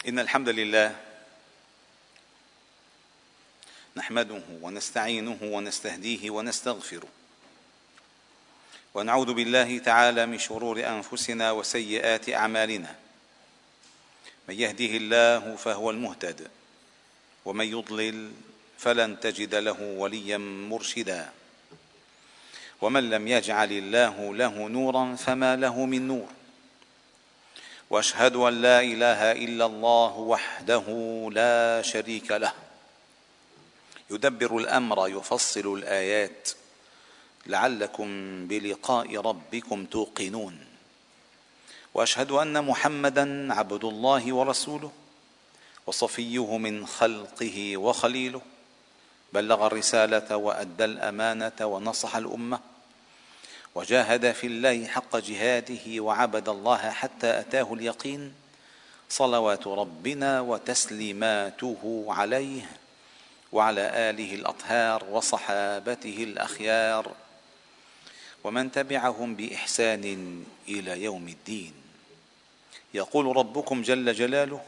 إن الحمد لله نحمده ونستعينه ونستهديه ونستغفره، ونعوذ بالله تعالى من شرور أنفسنا وسيئات أعمالنا. من يهده الله فهو المهتد، ومن يضلل فلن تجد له وليا مرشدا. ومن لم يجعل الله له نورا فما له من نور. واشهد ان لا اله الا الله وحده لا شريك له، يدبر الامر يفصل الايات لعلكم بلقاء ربكم توقنون. واشهد ان محمدا عبد الله ورسوله وصفيه من خلقه وخليله، بلغ الرسالة وأدى الأمانة ونصح الأمة، وجاهد في الله حق جهاده وعبد الله حتى أتاه اليقين، صلوات ربنا وتسليماته عليه وعلى آله الأطهار وصحابته الأخيار ومن تبعهم بإحسان إلى يوم الدين. يقول ربكم جل جلاله: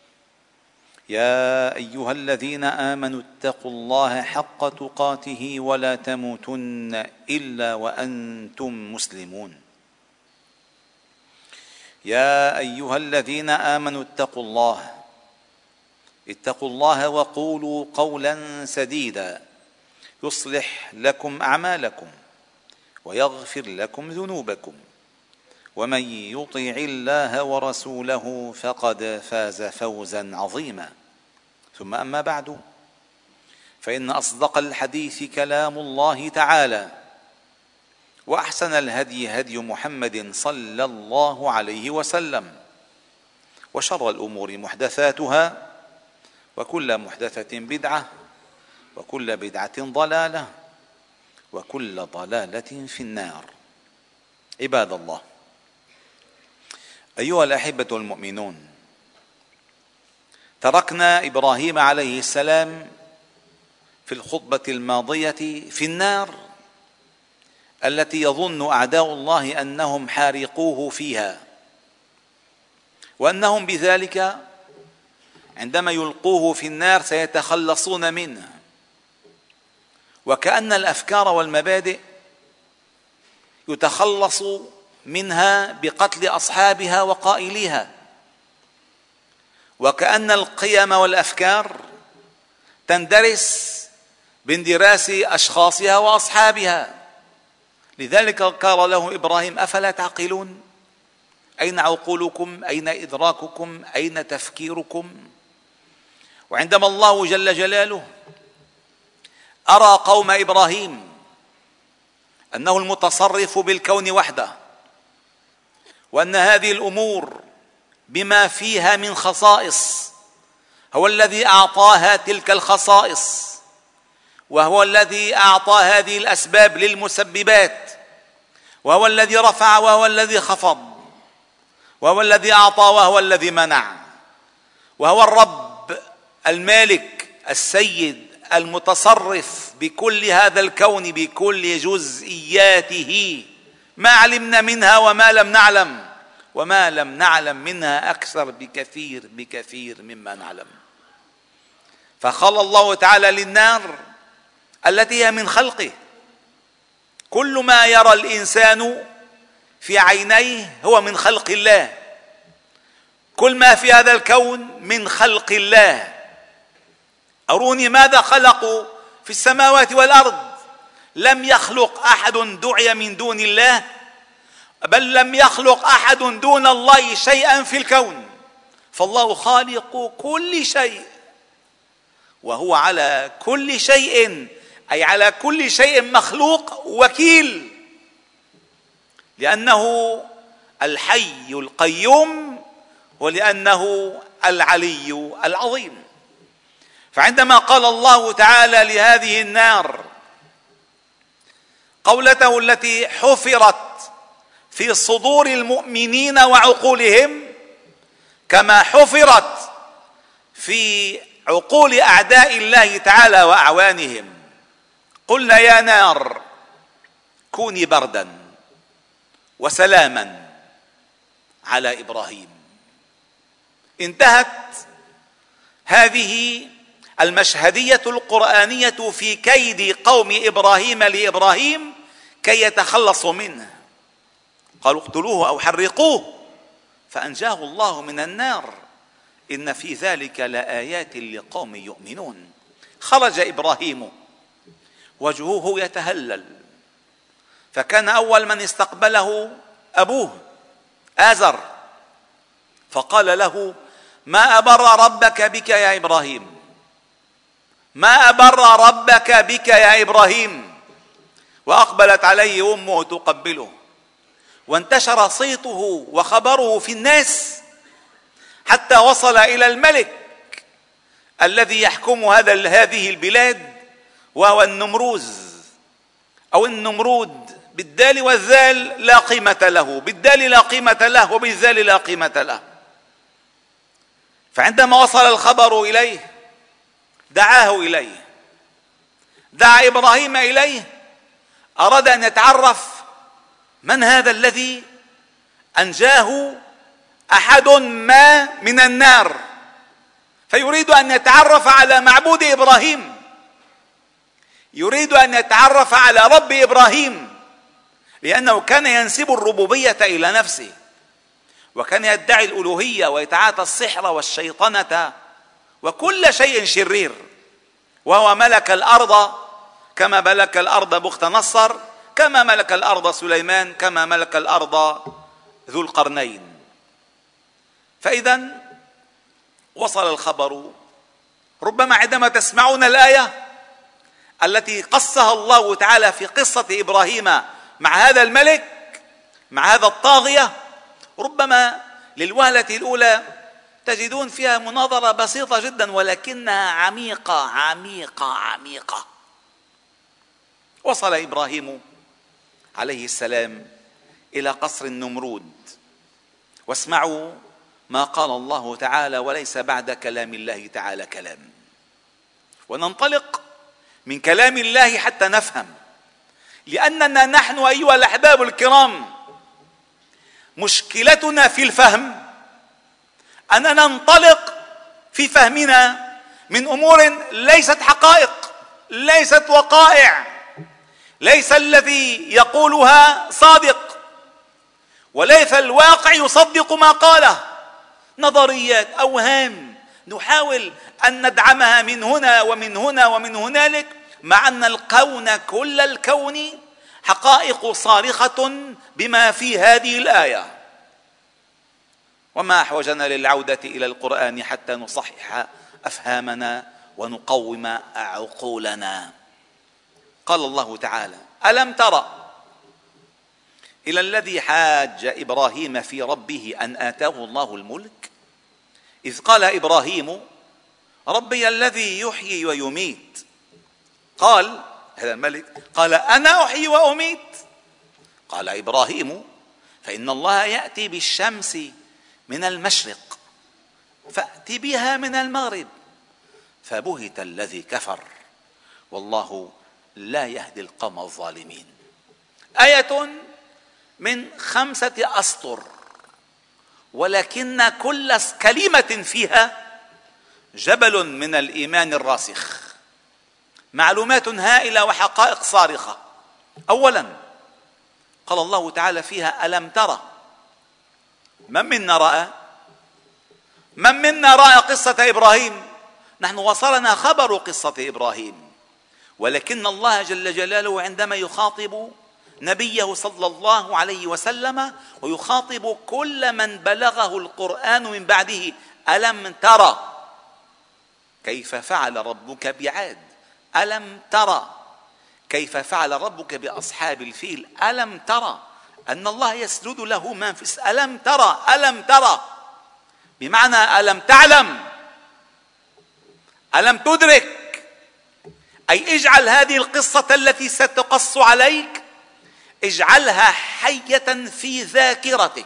يا أيها الذين آمنوا اتقوا الله حق تقاته ولا تموتن إلا وأنتم مسلمون. يا أيها الذين آمنوا اتقوا الله وقولوا قولا سديدا يصلح لكم أعمالكم ويغفر لكم ذنوبكم، ومن يطع الله ورسوله فقد فاز فوزا عظيما. ثم أما بعد، فإن أصدق الحديث كلام الله تعالى، وأحسن الهدي هدي محمد صلى الله عليه وسلم، وشر الأمور محدثاتها، وكل محدثة بدعة، وكل بدعة ضلالة، وكل ضلالة في النار. عباد الله، أيها الأحبة المؤمنون، تركنا إبراهيم عليه السلام في الخطبة الماضية في النار التي يظن أعداء الله أنهم حارقوه فيها، وأنهم بذلك عندما يلقوه في النار سيتخلصون منه، وكأن الأفكار والمبادئ يتخلص منها بقتل أصحابها وقائليها، وكأن القيم والأفكار تندرس باندراس أشخاصها وأصحابها. لذلك قال له إبراهيم: أفلا تعقلون؟ أين عقولكم؟ أين إدراككم؟ أين تفكيركم؟ وعندما الله جل جلاله أرى قوم إبراهيم أنه المتصرف بالكون وحده، وأن هذه الأمور بما فيها من خصائص هو الذي أعطاها تلك الخصائص، وهو الذي أعطى هذه الأسباب للمسببات، وهو الذي رفع وهو الذي خفض، وهو الذي أعطى وهو الذي منع، وهو الرب المالك السيد المتصرف بكل هذا الكون بكل جزئياته، ما علمنا منها وما لم نعلم، وما لم نعلم منها أكثر بكثير مما نعلم. فقال الله تعالى للنار التي هي من خلقه: كل ما يرى الإنسان في عينيه هو من خلق الله، كل ما في هذا الكون من خلق الله. أروني ماذا خلقوا في السماوات والأرض. لم يخلق أحد دعي من دون الله، بل لم يخلق أحد دون الله شيئا في الكون، فالله خالق كل شيء، وهو على كل شيء، أي على كل شيء مخلوق، وكيل، لأنه الحي القيوم، ولأنه العلي العظيم. فعندما قال الله تعالى لهذه النار قولته التي حفرت في صدور المؤمنين وعقولهم كما حفرت في عقول أعداء الله تعالى وأعوانهم: قلنا يا نار كوني بردا وسلاما على إبراهيم. انتهت هذه المشهدية القرآنية في كيد قوم إبراهيم لإبراهيم كي يتخلصوا منه. قالوا اقتلوه أو حرقوه فأنجاه الله من النار إن في ذلك لآيات لقوم يؤمنون. خرج إبراهيم وجهه يتهلل، فكان أول من استقبله أبوه آزر، فقال له: ما أبر ربك بك يا إبراهيم، ما أبر ربك بك يا إبراهيم. وأقبلت عليه أمه تقبله، وانتشر صيته وخبره في الناس حتى وصل إلى الملك الذي يحكم هذه البلاد، وهو النمروز أو النمرود، بالدال والذال لا قيمة له، بالدال لا قيمة له وبالذال لا قيمة له. فعندما وصل الخبر إليه دعاه إليه، دعا إبراهيم إليه، أراد أن يتعرف من هذا الذي أنجاه أحد ما من النار، فيريد أن يتعرف على معبود إبراهيم، يريد أن يتعرف على رب إبراهيم، لأنه كان ينسب الربوبية إلى نفسه، وكان يدعي الألوهية ويتعاطى السحر والشيطنة وكل شيء شرير، وهو ملك الأرض كما ملك الأرض بخت نصر، كما ملك الأرض سليمان، كما ملك الأرض ذو القرنين. فإذا وصل الخبر. ربما عندما تسمعون الآية التي قصها الله تعالى في قصة إبراهيم مع هذا الملك، مع هذا الطاغية، ربما للوهلة الأولى تجدون فيها مناظرة بسيطة جدا، ولكنها عميقة عميقة عميقة. وصل إبراهيم عليه السلام إلى قصر النمرود، واسمعوا ما قال الله تعالى: وليس بعد كلام الله تعالى كلام. وننطلق من كلام الله حتى نفهم، لأننا نحن أيها الأحباب الكرام مشكلتنا في الفهم أننا ننطلق في فهمنا من أمور ليست حقائق، ليست وقائع، ليس الذي يقولها صادق، وليس الواقع يصدق ما قاله، نظريات، أوهام نحاول أن ندعمها من هنا ومن هنا ومن هنالك، مع أن الكون كل الكون حقائق صارخة بما في هذه الآية. وما أحوجنا للعودة إلى القرآن حتى نصحح أفهامنا ونقوم عقولنا. قال الله تعالى: ألم ترى إلى الذي حاج إبراهيم في ربه أن آتاه الله الملك إذ قال إبراهيم ربي الذي يحيي ويميت. قال هذا الملك، قال أنا أحيي وأميت. قال إبراهيم فإن الله يأتي بالشمس من المشرق فأت بها من المغرب فبهت الذي كفر والله لا يهدي القوم الظالمين. آية من 5 أسطر، ولكن كل كلمة فيها جبل من الإيمان الراسخ، معلومات هائلة وحقائق صارخة. أولا قال الله تعالى فيها: ألم ترى. من منا رأى؟ من منا رأى قصة إبراهيم؟ نحن وصلنا خبر قصة إبراهيم، ولكن الله جل جلاله عندما يخاطب نبيه صلى الله عليه وسلم ويخاطب كل من بلغه القرآن من بعده: ألم ترى كيف فعل ربك بعاد؟ ألم ترى كيف فعل ربك بأصحاب الفيل؟ ألم ترى أن الله يسجد له من في ألم ترى؟ ألم ترى بمعنى ألم تعلم، ألم تدرك، أي اجعل هذه القصة التي ستقص عليك اجعلها حية في ذاكرتك،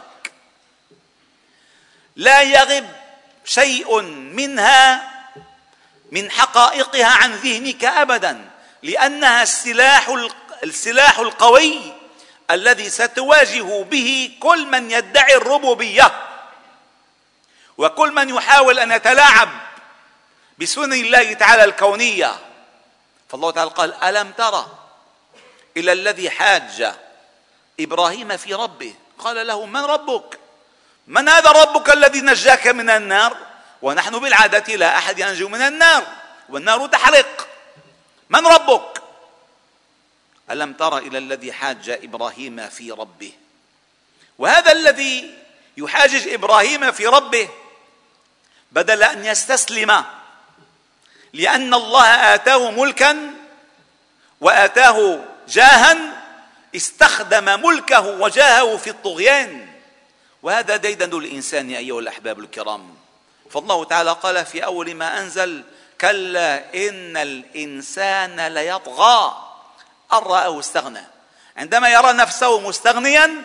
لا يغب شيء منها من حقائقها عن ذهنك أبدا، لأنها السلاح القوي الذي ستواجه به كل من يدعي الربوبية وكل من يحاول أن يتلاعب بسنن الله تعالى الكونية. فالله تعالى قال: ألم ترى إلى الذي حاج إبراهيم في ربه قال له: من ربك؟ من هذا ربك الذي نجاك من النار؟ ونحن بالعادة لا أحد ينجو من النار والنار تحرق. من ربك؟ ألم تر إلى الذي حاج إبراهيم في ربه. وهذا الذي يحاجج إبراهيم في ربه بدل أن يستسلم لأن الله آتاه ملكا وآتاه جاها، استخدم ملكه وجاهه في الطغيان، وهذا ديدن الإنسان أيها الأحباب الكرام. فالله تعالى قال في أول ما أنزل: كلا إن الإنسان ليطغى أن رآه استغنى. عندما يرى نفسه مستغنيا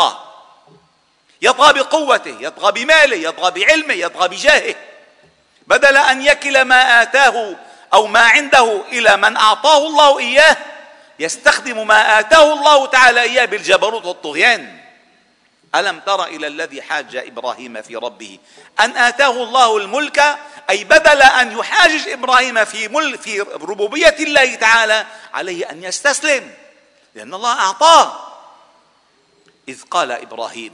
يطغى بقوته، يطغى بماله، يطغى بعلمه، يطغى بجاهه، بدل أن يكل ما آتاه أو ما عنده إلى من أعطاه الله إياه، يستخدم ما آتاه الله تعالى إياه بالجبروت والطغيان. ألم تر إلى الذي حاج إبراهيم في ربه أن آتاه الله الملك، أي بدل أن يحاجج إبراهيم في ربوبية الله تعالى عليه أن يستسلم، لأن الله أعطاه. إذ قال إبراهيم،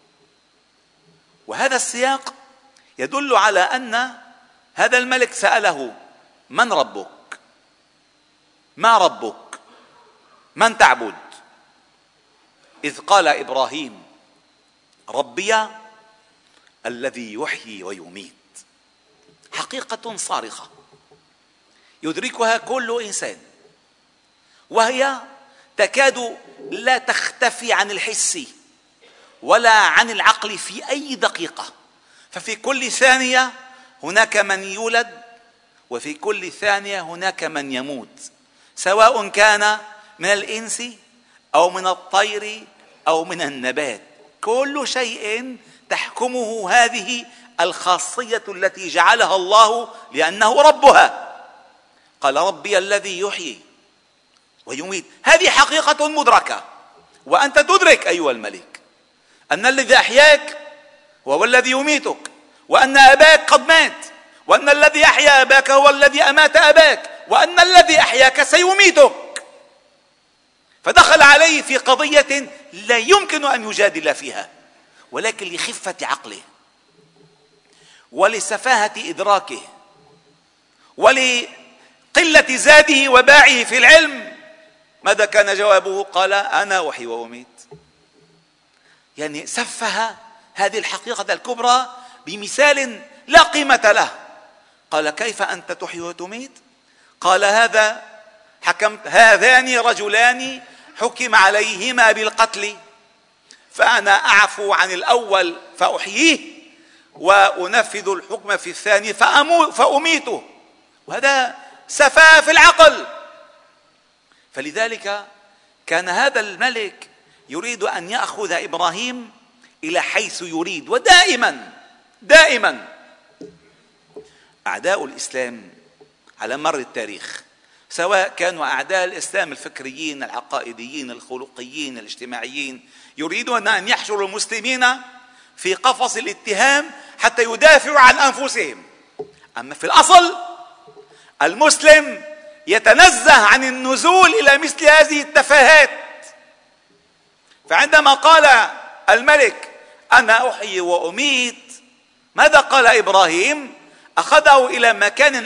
وهذا السياق يدل على أن هذا الملك سأله: من ربك؟ ما ربك؟ من تعبد؟ إذ قال إبراهيم: ربي الذي يحيي ويميت. حقيقة صارخة يدركها كل إنسان، وهي تكاد لا تختفي عن الحس ولا عن العقل في أي دقيقة. ففي كل ثانية هناك من يولد، وفي كل ثانية هناك من يموت، سواء كان من الإنس أو من الطير أو من النبات. كل شيء تحكمه هذه الخاصية التي جعلها الله لأنه ربها. قال: ربي الذي يحيي ويميت. هذه حقيقة مدركة، وأنت تدرك أيها الملك أن الذي أحياك هو الذي يميتك، وأن أباك قد مات، وأن الذي أحيا أباك هو الذي أمات أباك، وأن الذي أحياك سيميتك. فدخل عليه في قضية لا يمكن أن يجادل فيها، ولكن لخفة عقله ولسفاهة إدراكه ولقلة زاده وباعه في العلم، ماذا كان جوابه؟ قال: أنا أحيي وأميت. يعني سفه هذه الحقيقة الكبرى بمثال لا قيمة له. قال: كيف أنت تحيي وتميت؟ قال: هذان رجلان حكم عليهما بالقتل، فأنا أعفو عن الأول فأحييه، وأنفذ الحكم في الثاني فأميته. وهذا سفاهة في العقل. فلذلك كان هذا الملك يريد أن يأخذ إبراهيم إلى حيث يريد. ودائما أعداء الإسلام على مر التاريخ، سواء كانوا أعداء الإسلام الفكريين العقائديين الخلقيين الاجتماعيين، يريدون أن يحشروا المسلمين في قفص الاتهام حتى يدافعوا عن أنفسهم. أما في الأصل المسلم يتنزه عن النزول إلى مثل هذه التفاهات. فعندما قال الملك: أنا أحيي وأميت، ماذا قال إبراهيم؟ أخذه إلى مكان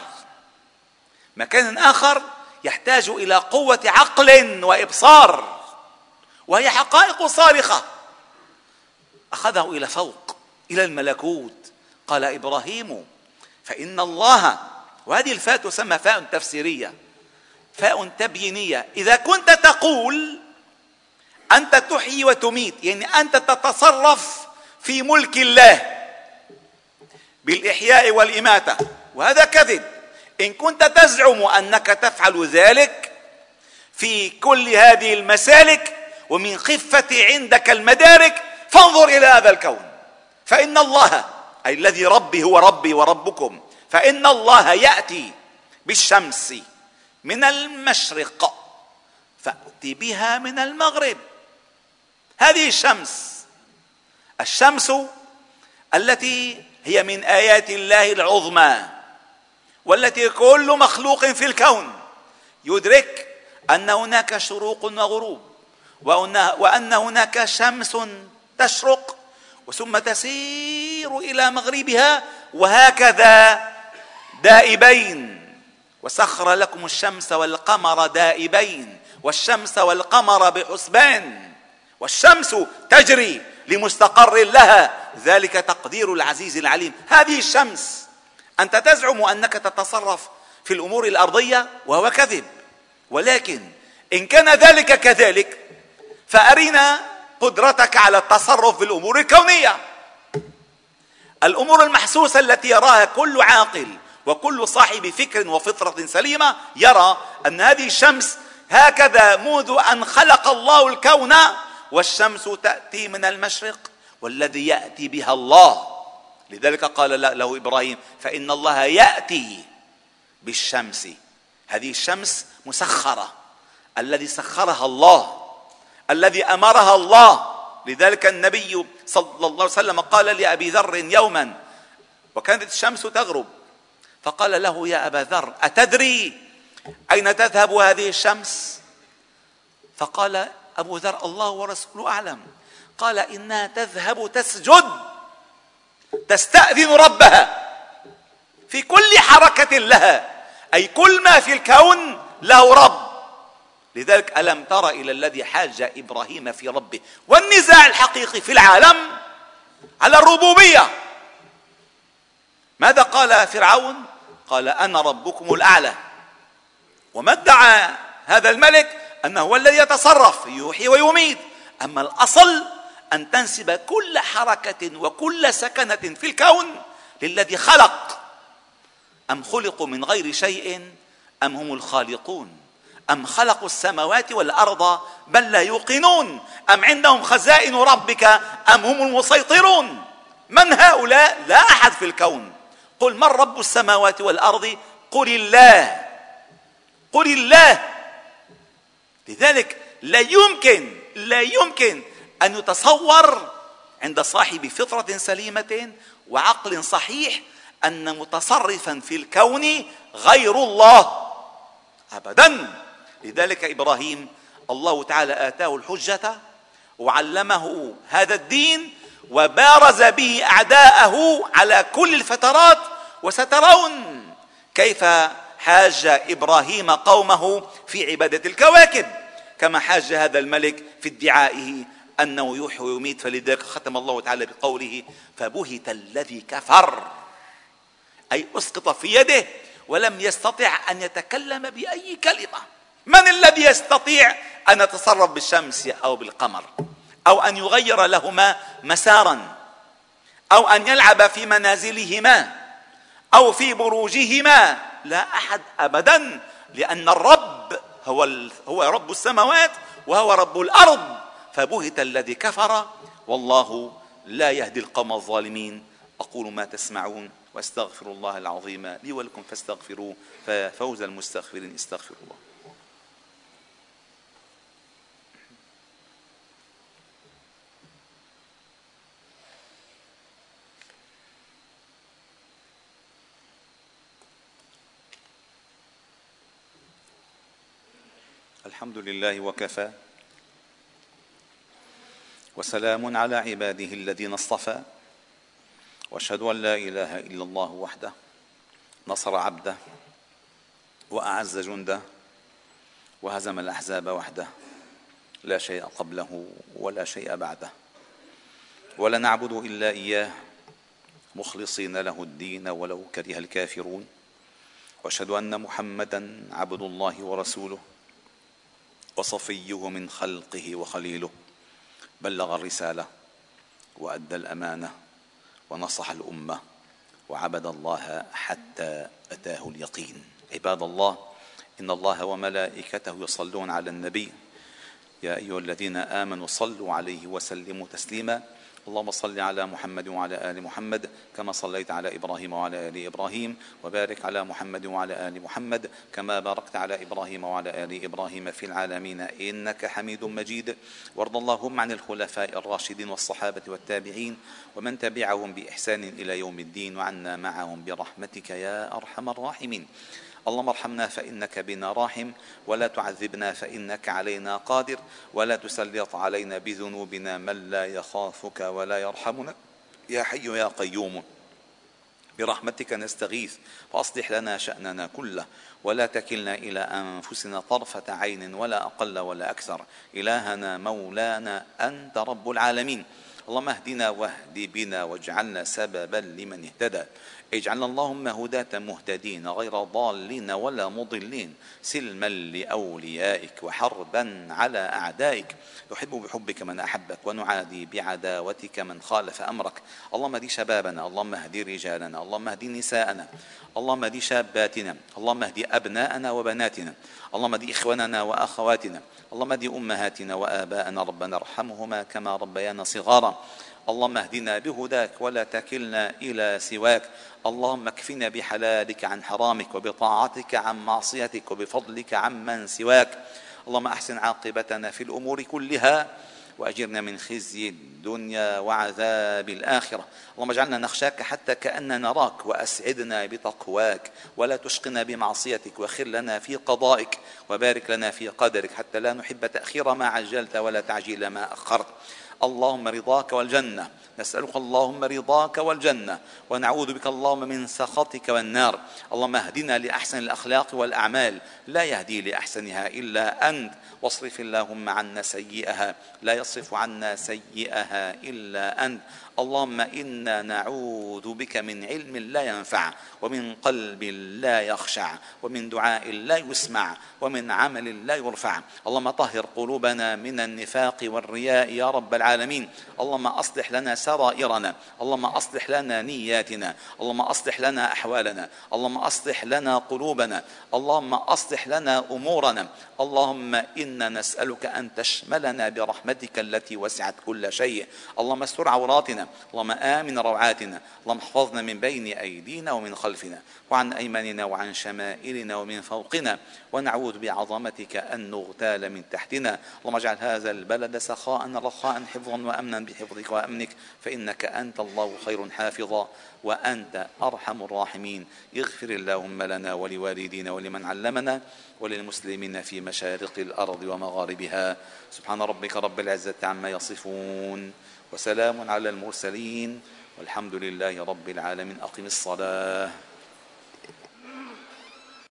آخر يحتاج إلى قوة عقل وإبصار، وهي حقائق صارخة. أخذه إلى فوق، إلى الملكوت. قال إبراهيم: فإن الله، وهذه الفاء تسمى فاء تفسيرية، فاء تبيينية. إذا كنت تقول أنت تحيي وتميت، يعني أنت تتصرف في ملك الله بالإحياء والإماتة، وهذا كذب. إن كنت تزعم أنك تفعل ذلك في كل هذه المسالك ومن خفة عندك المدارك، فانظر إلى هذا الكون، فإن الله، أي الذي ربي هو ربي وربكم، فإن الله يأتي بالشمس من المشرق فأتي بها من المغرب. هذه الشمس التي هي من آيات الله العظمى، والتي كل مخلوق في الكون يدرك أن هناك شروق وغروب، وأن هناك شمس تشرق ثم تسير إلى مغربها، وهكذا دائبين. وسخر لكم الشمس والقمر دائبين، والشمس والقمر بحسبان، والشمس تجري لمستقر لها، ذلك تقدير العزيز العليم. هذه الشمس أنت تزعم أنك تتصرف في الأمور الأرضية، وهو كذب. ولكن إن كان ذلك كذلك فأرنا قدرتك على التصرف في الأمور الكونية، الأمور المحسوسة التي يراها كل عاقل وكل صاحب فكر وفطرة سليمة. يرى أن هذه الشمس هكذا منذ أن خلق الله الكون، والشمس تأتي من المشرق والذي يأتي بها الله. لذلك قال له إبراهيم: فإن الله يأتي بالشمس. هذه الشمس مسخرة، الذي سخرها الله، الذي أمرها الله. لذلك النبي صلى الله عليه وسلم قال لأبي ذر يوما وكانت الشمس تغرب، فقال له: يا أبا ذر، أتدري أين تذهب هذه الشمس؟ فقال أبو ذر: الله ورسوله أعلم. قال: إنها تذهب تسجد، تستأذن ربها في كل حركة لها، أي كل ما في الكون له رب. لذلك ألم تر إلى الذي حاج إبراهيم في ربه؟ والنزاع الحقيقي في العالم على الربوبية. ماذا قال فرعون؟ قال: أنا ربكم الأعلى. وما ادعى هذا الملك أنه هو الذي يتصرف يحيي ويميت. أما الأصل أن تنسب كل حركة وكل سكنة في الكون للذي خلق. أم خلقوا من غير شيء أم هم الخالقون؟ أم خلقوا السماوات والأرض بل لا يوقنون؟ أم عندهم خزائن ربك أم هم المسيطرون؟ من هؤلاء؟ لا أحد في الكون. قل: من رب السماوات والأرض؟ قل الله. قل الله. لذلك لا يمكن أن يتصور عند صاحب فطرة سليمة وعقل صحيح أن متصرفا في الكون غير الله أبدا. لذلك إبراهيم الله تعالى آتاه الحجة وعلمه هذا الدين وبارز به أعداءه على كل الفترات. وسترون كيف حاج إبراهيم قومه في عبادة الكواكب، كما حاج هذا الملك في ادعائه أنه يحيي ويميت. فلذلك ختم الله تعالى بقوله: فبهت الذي كفر، أي أسقط في يده ولم يستطع أن يتكلم بأي كلمة. من الذي يستطيع أن يتصرف بالشمس أو بالقمر، أو أن يغير لهما مسارا، أو أن يلعب في منازلهما أو في بروجهما؟ لا أحد أبدا، لأن الرب هو رب السماوات وهو رب الأرض. فبهت الذي كفر والله لا يهدي القوم الظالمين. أقول ما تسمعون واستغفر الله العظيم لي ولكم فاستغفروه، ففوز المستغفرين. استغفر الله. الحمد لله وكفى، وسلام على عباده الذين اصطفى، واشهد ان لا اله الا الله وحده نصر عبده واعز جنده وهزم الاحزاب وحده، لا شيء قبله ولا شيء بعده، ولا نعبد الا اياه مخلصين له الدين ولو كره الكافرون. واشهد ان محمدا عبد الله ورسوله وصفيه من خلقه وخليله، بلغ الرسالة وأدى الأمانة ونصح الأمة وعبد الله حتى أتاه اليقين. عباد الله، إن الله وملائكته يصلون على النبي، يا أيها الذين آمنوا صلوا عليه وسلموا تسليما. اللهم صل على محمد وعلى آل محمد كما صليت على إبراهيم وعلى آل إبراهيم، وبارك على محمد وعلى آل محمد كما باركت على إبراهيم وعلى آل إبراهيم في العالمين إنك حميد مجيد. وارض اللهم عن الخلفاء الراشدين والصحابة والتابعين ومن تبعهم بإحسان إلى يوم الدين، وعنا معهم برحمتك يا أرحم الراحمين. اللهم ارحمنا فإنك بنا راحم، ولا تعذبنا فإنك علينا قادر، ولا تسلط علينا بذنوبنا من لا يخافك ولا يرحمنا يا حي يا قيوم. برحمتك نستغيث فأصلح لنا شأننا كله، ولا تكلنا إلى أنفسنا طرفة عين ولا أقل ولا أكثر. إلهنا مولانا أنت رب العالمين. اللهم اهدنا واهد بنا واجعلنا سببا لمن اهتدى. اجعلنا اللهم هداة مهتدين غير ضالين ولا مضلين، سلما لأوليائك وحربا على أعدائك. نحب بحبك من أحبك ونعادي بعداوتك من خالف أمرك. اللهم اهد شبابنا، اللهم اهد رجالنا، اللهم اهد نساءنا، اللهم اهد شاباتنا، اللهم اهد أبناءنا وبناتنا، اللهم اهد إخواننا وأخواتنا، اللهم اهد أمهاتنا وآباءنا، ربنا ارحمهما كما ربيانا صغارا. اللهم اهدنا بهداك ولا تكلنا إلى سواك. اللهم اكفنا بحلالك عن حرامك، وبطاعتك عن معصيتك، وبفضلك عمن سواك. اللهم أحسن عاقبتنا في الأمور كلها، وأجرنا من خزي الدنيا وعذاب الآخرة. اللهم اجعلنا نخشاك حتى كأننا نراك، وأسعدنا بتقواك، ولا تشقنا بمعصيتك، وخر لنا في قضائك، وبارك لنا في قدرك، حتى لا نحب تأخير ما عجلت ولا تعجيل ما أخرت. اللهم رضاك والجنة، نسألك اللهم رضاك والجنة، ونعوذ بك اللهم من سخطك والنار. اللهم اهدنا لأحسن الأخلاق والأعمال، لا يهدي لأحسنها إلا أنت، واصرف اللهم عنا سيئها، لا يصرف عنا سيئها إلا أنت. اللهم إنا نعوذ بك من علم لا ينفع، ومن قلب لا يخشع، ومن دعاء لا يسمع، ومن عمل لا يرفع. اللهم طهر قلوبنا من النفاق والرياء يا رب العالمين. اللهم أصلح لنا سرائرنا، اللهم أصلح لنا نياتنا، اللهم أصلح لنا أحوالنا، اللهم أصلح لنا قلوبنا، اللهم أصلح لنا أمورنا. اللهم إنا نسألك أن تشملنا برحمتك التي وسعت كل شيء. اللهم استر عوراتنا، اللهم آمن روعاتنا، اللهم احفظنا من بين أيدينا ومن خلفنا، وعن أيماننا وعن شمائلنا ومن فوقنا، ونعوذ بعظمتك أن نغتال من تحتنا. اللهم اجعل هذا البلد سخاء رخاء حفظا وأمنا بحفظك وأمنك، فإنك أنت الله خير حافظا وأنت أرحم الراحمين. اغفر اللهم لنا ولوالدينا ولمن علمنا وللمسلمين في مشارق الأرض ومغاربها. سبحان ربك رب العزة عما يصفون، وسلام على المرسلين، والحمد لله رب العالمين. أقم الصلاة.